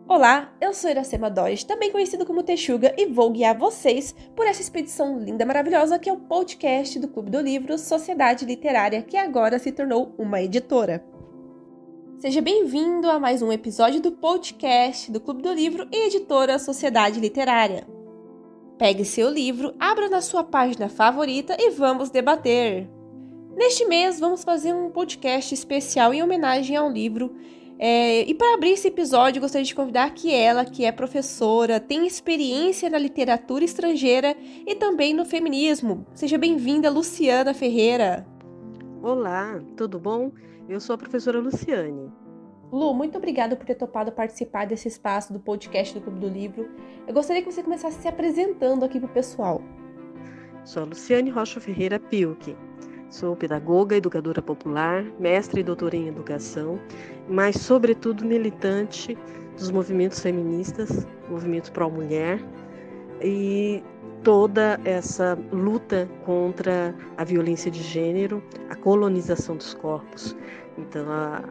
Olá, eu sou Iracema Dodge, também conhecido como Texuga, e vou guiar vocês por essa expedição linda e maravilhosa que é o podcast do Clube do Livro Sociedade Literária, que agora se tornou uma editora. Seja bem-vindo a mais um episódio do podcast do Clube do Livro e editora Sociedade Literária. Pegue seu livro, abra na sua página favorita e vamos debater. Neste mês, vamos fazer um podcast especial em homenagem ao livro. E para abrir esse episódio, gostaria de convidar que ela, que é professora, tem experiência na literatura estrangeira e também no feminismo. Seja bem-vinda, Luciana Ferreira. Olá, tudo bom? Eu sou a professora Luciane. Lu, muito obrigada por ter topado participar desse espaço do podcast do Clube do Livro. Eu gostaria que você começasse se apresentando aqui para o pessoal. Sou a Luciane Rocha Ferreira Pilke. Sou pedagoga, educadora popular, mestre e doutora em educação, mas, sobretudo, militante dos movimentos feministas, movimentos pró-mulher e toda essa luta contra a violência de gênero, a colonização dos corpos. Então, a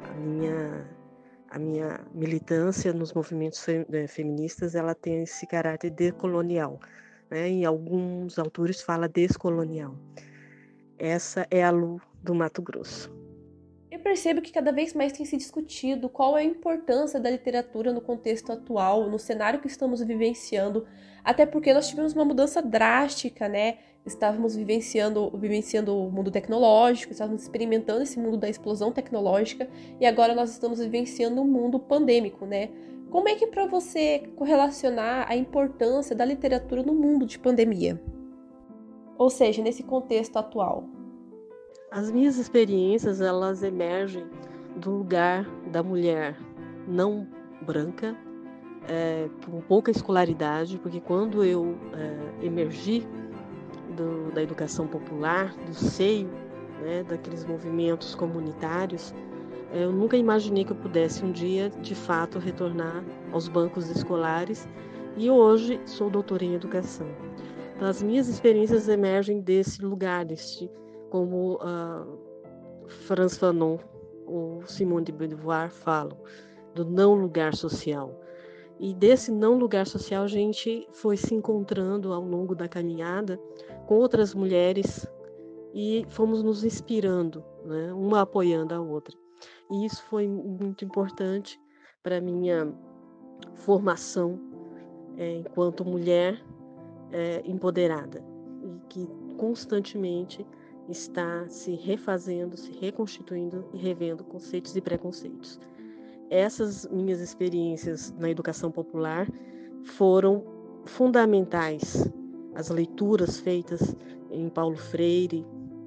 minha militância nos movimentos feministas, ela tem esse caráter decolonial, né? E alguns autores falam descolonial. Essa é a Lu do Mato Grosso. Eu percebo que cada vez mais tem se discutido qual é a importância da literatura no contexto atual, no cenário que estamos vivenciando, até porque nós tivemos uma mudança drástica, né? Estávamos vivenciando o mundo tecnológico, estávamos experimentando esse mundo da explosão tecnológica e agora nós estamos vivenciando um mundo pandêmico, né? Como é que para você correlacionar a importância da literatura no mundo de pandemia? Ou seja, nesse contexto atual. As minhas experiências, elas emergem do lugar da mulher não branca, com pouca escolaridade, porque quando eu emergi da educação popular, do seio, né, daqueles movimentos comunitários, eu nunca imaginei que eu pudesse um dia, de fato, retornar aos bancos escolares, e hoje sou doutora em educação. Então, as minhas experiências emergem desse lugar, como Frantz Fanon ou Simone de Beauvoir falam, do não lugar social. E desse não lugar social a gente foi se encontrando ao longo da caminhada com outras mulheres e fomos nos inspirando, né, uma apoiando a outra. E isso foi muito importante para a minha formação enquanto mulher empoderada e que constantemente está se refazendo, se reconstituindo e revendo conceitos e preconceitos. Essas minhas experiências na educação popular foram fundamentais. As leituras feitas em Paulo Freire,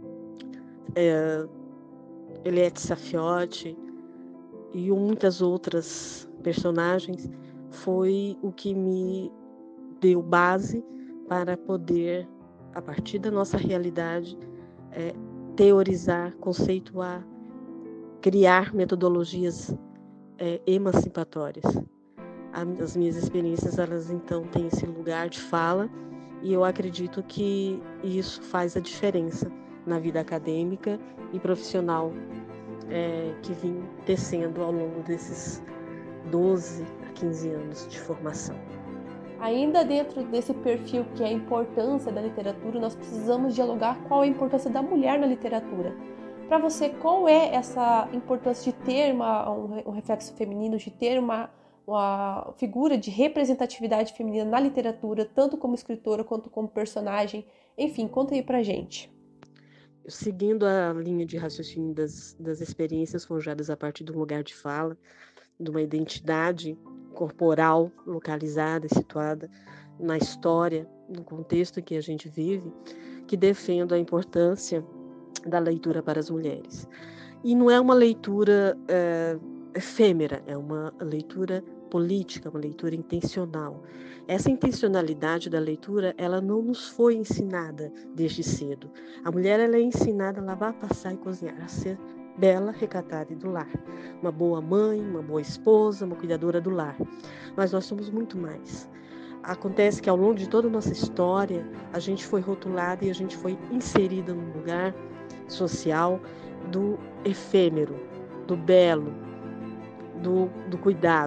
Eliette Saffioti e muitas outras personagens foi o que me deu base para poder, a partir da nossa realidade, teorizar, conceituar, criar metodologias emancipatórias. As minhas experiências, elas então têm esse lugar de fala e eu acredito que isso faz a diferença na vida acadêmica e profissional que vim tecendo ao longo desses 12 a 15 anos de formação. Ainda dentro desse perfil que é a importância da literatura, nós precisamos dialogar qual é a importância da mulher na literatura. Para você, qual é essa importância de ter um reflexo feminino, de ter uma figura de representatividade feminina na literatura, tanto como escritora quanto como personagem? Enfim, conta aí pra gente. Seguindo a linha de raciocínio das experiências forjadas a partir de um lugar de fala, de uma identidade corporal localizada e situada na história, no contexto em que a gente vive, que defendo a importância da leitura para as mulheres. E não é uma leitura efêmera, é uma leitura política, uma leitura intencional. Essa intencionalidade da leitura, ela não nos foi ensinada desde cedo. A mulher, ela é ensinada a lavar, passar e cozinhar, a ser bela, recatada e do lar. Uma boa mãe, uma boa esposa, uma cuidadora do lar. Mas nós somos muito mais. Acontece que ao longo de toda a nossa história, a gente foi rotulada e a gente foi inserida num lugar social do efêmero, do belo, do cuidado.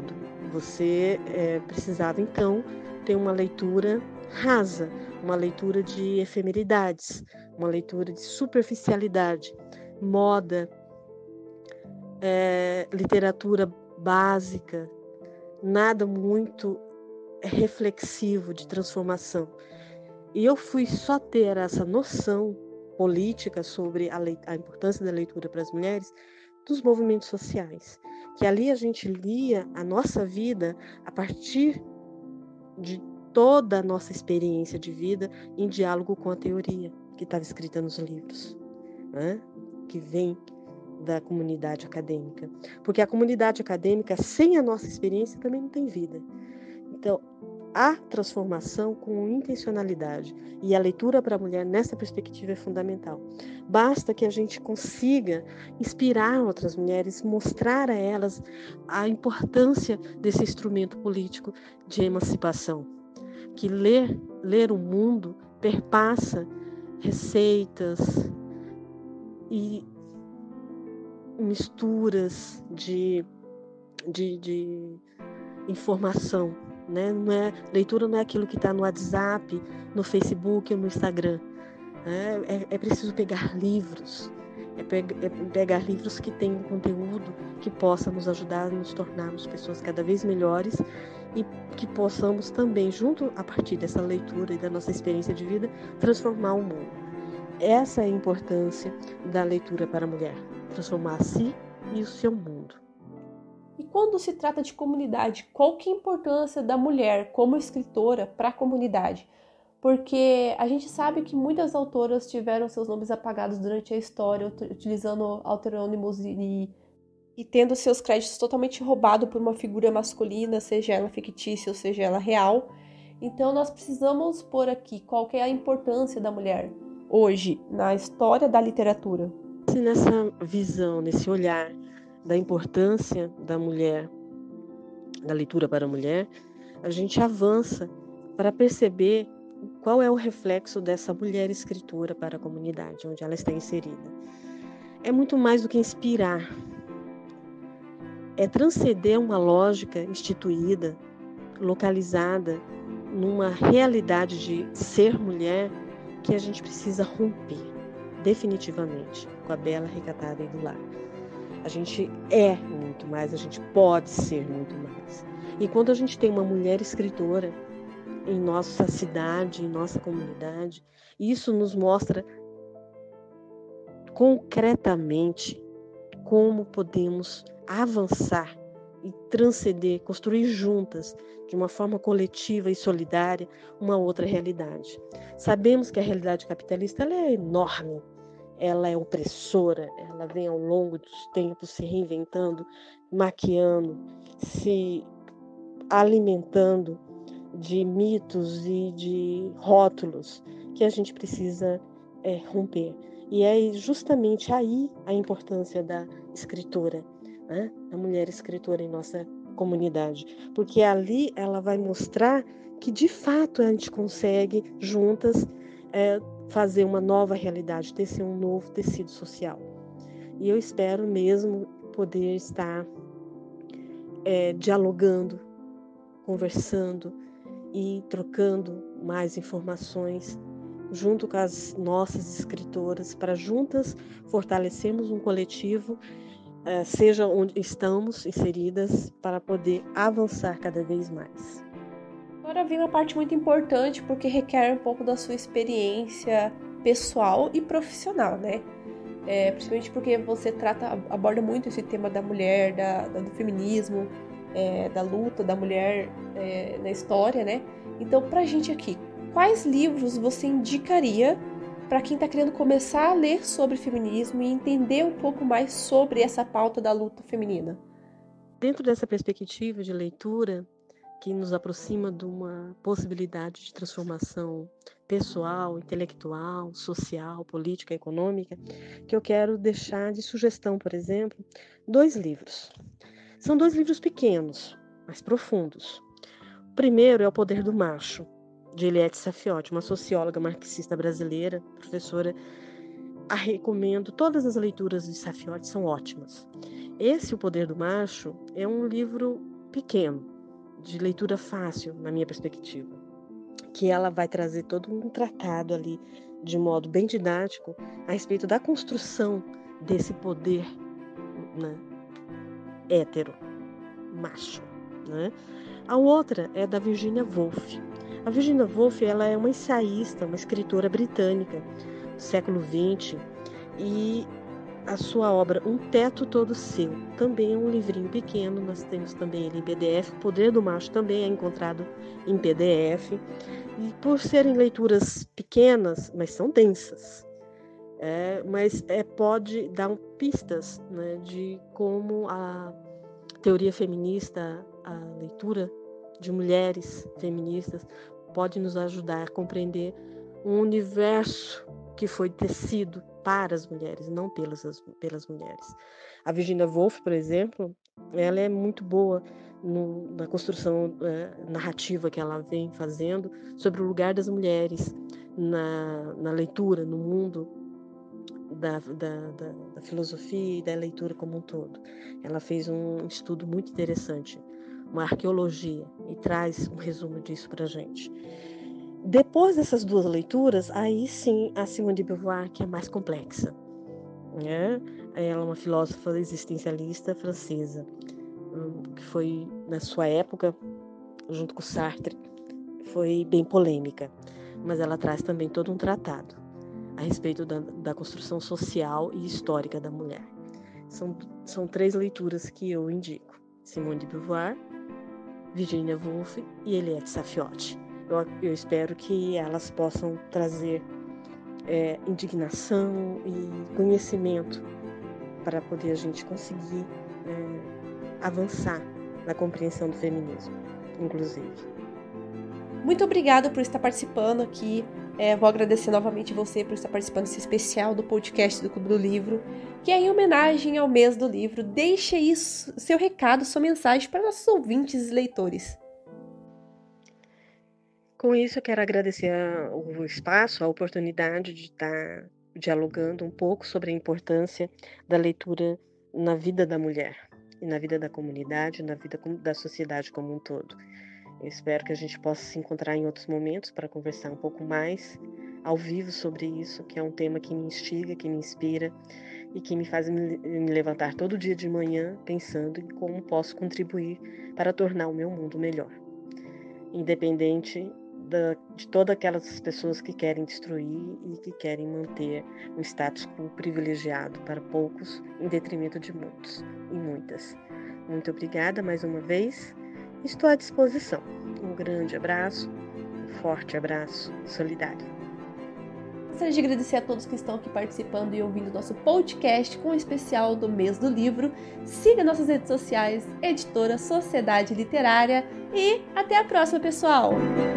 Você precisava, então, ter uma leitura rasa, uma leitura de efemeridades, uma leitura de superficialidade, moda, literatura básica, nada muito reflexivo de transformação. E eu fui só ter essa noção política sobre a importância da leitura para as mulheres dos movimentos sociais, que ali a gente lia a nossa vida a partir de toda a nossa experiência de vida em diálogo com a teoria que estava escrita nos livros, né? Que vem da comunidade acadêmica. Porque a comunidade acadêmica, sem a nossa experiência, também não tem vida. Então, a transformação com intencionalidade e a leitura para a mulher nessa perspectiva é fundamental. Basta que a gente consiga inspirar outras mulheres, mostrar a elas a importância desse instrumento político de emancipação, que ler o mundo perpassa receitas e misturas de informação, né? Leitura não é aquilo que está no WhatsApp, no Facebook ou no Instagram. É preciso pegar livros, pegar livros que tenham conteúdo que possa nos ajudar a nos tornarmos pessoas cada vez melhores e que possamos também, junto a partir dessa leitura e da nossa experiência de vida, transformar o mundo. Essa é a importância da leitura para a mulher, transformar a si e o seu mundo. E quando se trata de comunidade, qual que é a importância da mulher como escritora para a comunidade? Porque a gente sabe que muitas autoras tiveram seus nomes apagados durante a história, utilizando alterônimos e tendo seus créditos totalmente roubados por uma figura masculina, seja ela fictícia ou seja ela real. Então nós precisamos pôr aqui qual que é a importância da mulher hoje na história da literatura. Nessa visão, nesse olhar da importância da mulher, da leitura para a mulher, a gente avança para perceber qual é o reflexo dessa mulher escritora para a comunidade onde ela está inserida. É muito mais do que inspirar, é transcender uma lógica instituída, localizada numa realidade de ser mulher que a gente precisa romper definitivamente com a bela, recatada e do lar. A gente é muito mais, a gente pode ser muito mais. E quando a gente tem uma mulher escritora em nossa cidade, em nossa comunidade, isso nos mostra concretamente como podemos avançar e transcender, construir juntas, de uma forma coletiva e solidária, uma outra realidade. Sabemos que a realidade capitalista ela é enorme, ela é opressora, ela vem ao longo dos tempos se reinventando, maquiando, se alimentando de mitos e de rótulos que a gente precisa romper. E é justamente aí a importância da escritora, né? Da mulher escritora em nossa comunidade, porque ali ela vai mostrar que de fato a gente consegue juntas fazer uma nova realidade, tecer um novo tecido social. E eu espero mesmo poder estar dialogando, conversando e trocando mais informações junto com as nossas escritoras, para juntas fortalecermos um coletivo, seja onde estamos inseridas, para poder avançar cada vez mais. Agora vem uma parte muito importante, porque requer um pouco da sua experiência pessoal e profissional, né? Principalmente porque você aborda muito esse tema da mulher, do feminismo, da luta da mulher na história, né? Então, pra gente aqui, quais livros você indicaria para quem está querendo começar a ler sobre feminismo e entender um pouco mais sobre essa pauta da luta feminina? Dentro dessa perspectiva de leitura, que nos aproxima de uma possibilidade de transformação pessoal, intelectual, social, política, econômica, que eu quero deixar de sugestão, por exemplo, 2 livros. São 2 livros pequenos, mas profundos. O primeiro é O Poder do Macho, de Eliette Saffioti, uma socióloga marxista brasileira, professora. Recomendo, todas as leituras de Saffioti são ótimas. Esse, O Poder do Macho, é um livro pequeno, de leitura fácil, na minha perspectiva, que ela vai trazer todo um tratado ali, de modo bem didático, a respeito da construção desse poder, né, hétero, macho, né? A outra é da Virginia Woolf. A Virginia Woolf, ela é uma ensaísta, uma escritora britânica do século XX, e a sua obra Um Teto Todo Seu também é um livrinho pequeno. Nós temos também ele em PDF. O Poder do Macho também é encontrado em PDF. E por serem leituras pequenas, mas são densas, pode dar pistas, né, de como a teoria feminista, a leitura de mulheres feministas, pode nos ajudar a compreender um universo que foi tecido para as mulheres, não pelas mulheres. A Virginia Woolf, por exemplo, ela é muito boa na construção narrativa que ela vem fazendo sobre o lugar das mulheres na leitura, no mundo da filosofia e da leitura como um todo. Ela fez um estudo muito interessante, uma arqueologia, e traz um resumo disso para a gente. Depois dessas duas leituras, aí sim a Simone de Beauvoir, que é mais complexa, né? Ela é uma filósofa existencialista francesa, que foi, na sua época, junto com Sartre, foi bem polêmica, mas ela traz também todo um tratado a respeito da construção social e histórica da mulher. São 3 leituras que eu indico: Simone de Beauvoir, Virginia Woolf e Eliette Safioti. Eu espero que elas possam trazer indignação e conhecimento para poder a gente conseguir avançar na compreensão do feminismo, inclusive. Muito obrigada por estar participando aqui. Vou agradecer novamente você por estar participando desse especial do podcast do Clube do Livro, que é em homenagem ao mês do livro. Deixe aí seu recado, sua mensagem para nossos ouvintes e leitores. Com isso, eu quero agradecer o espaço, a oportunidade de estar dialogando um pouco sobre a importância da leitura na vida da mulher, e na vida da comunidade, na vida da sociedade como um todo. Eu espero que a gente possa se encontrar em outros momentos para conversar um pouco mais ao vivo sobre isso, que é um tema que me instiga, que me inspira e que me faz me levantar todo dia de manhã pensando em como posso contribuir para tornar o meu mundo melhor, independente de todas aquelas pessoas que querem destruir e que querem manter um status quo privilegiado para poucos em detrimento de muitos e muitas. Muito obrigada mais uma vez. Estou à disposição. Um grande abraço, um forte abraço solidário. Gostaria de agradecer a todos que estão aqui participando e ouvindo nosso podcast com o especial do mês do livro. Siga nossas redes sociais, Editora Sociedade Literária, e até a próxima, pessoal!